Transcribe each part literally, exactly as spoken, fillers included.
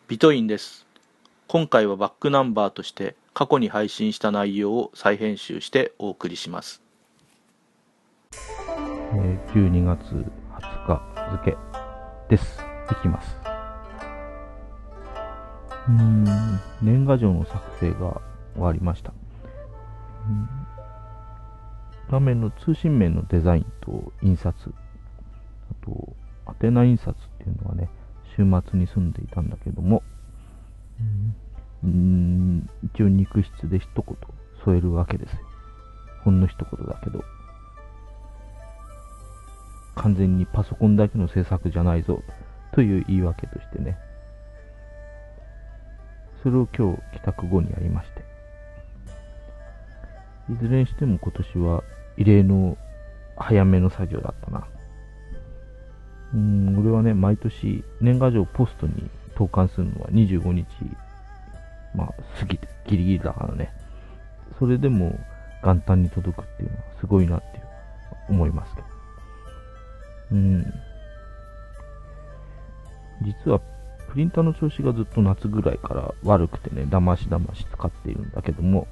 ビトインです。今回はバックナンバーとして過去に配信した内容を再編集してお送りします。 えーじゅうにがつはつか付です。いきます。うーん、年賀状の作成が終わりました。うん、画面の通信面のデザインと印刷、あと、宛名印刷っていうのはね、週末に住んでいたんだけども、うん、うーん一応肉筆で一言添えるわけですよ。ほんの一言だけど。完全にパソコンだけの制作じゃないぞという言い訳としてね、それを今日帰宅後にやりまして、いずれにしても今年は異例の早めの作業だったな。うーん、俺はね、毎年年賀状をポストに投函するのはにじゅうごにち、まあ過ぎてギリギリだからね、それでも元旦に届くっていうのはすごいなっていう思いますけど。うん。実はプリンターの調子がずっと夏ぐらいから悪くてね、だましだまし使っているんだけども、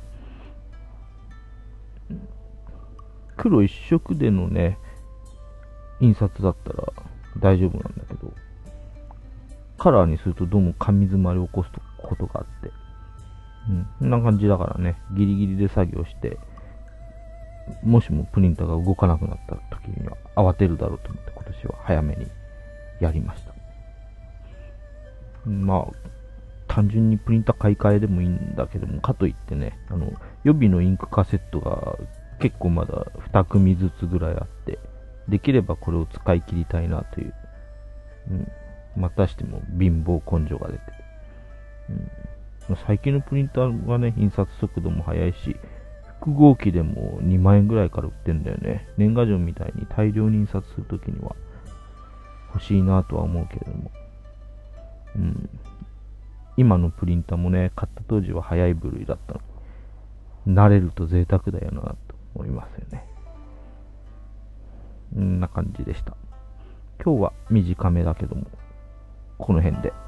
黒一色でのね、印刷だったら大丈夫なんだけど、カラーにするとどうも紙詰まりを起こすことがあって、うん、こんな感じだからね、ギリギリで作業して、もしもプリンターが動かなくなった時には慌てるだろうと思って今年は早めにやりました。まあ、単純にプリンター買い替えでもいいんだけども、かといってね、あの、予備のインクカセットが結構まだにくみずつぐらいあって、できればこれを使い切りたいなという、うん、またしても貧乏根性が出て、うん、最近のプリンターはね、印刷速度も速いし、複合機でもにまんえんぐらいから売ってんだよね。年賀状みたいに大量に印刷するときには欲しいなとは思うけれども、うん、今のプリンターもね、買った当時は早い部類だったの。慣れると贅沢だよなと思いますよね。こんな感じでした。今日は短めだけども、この辺で。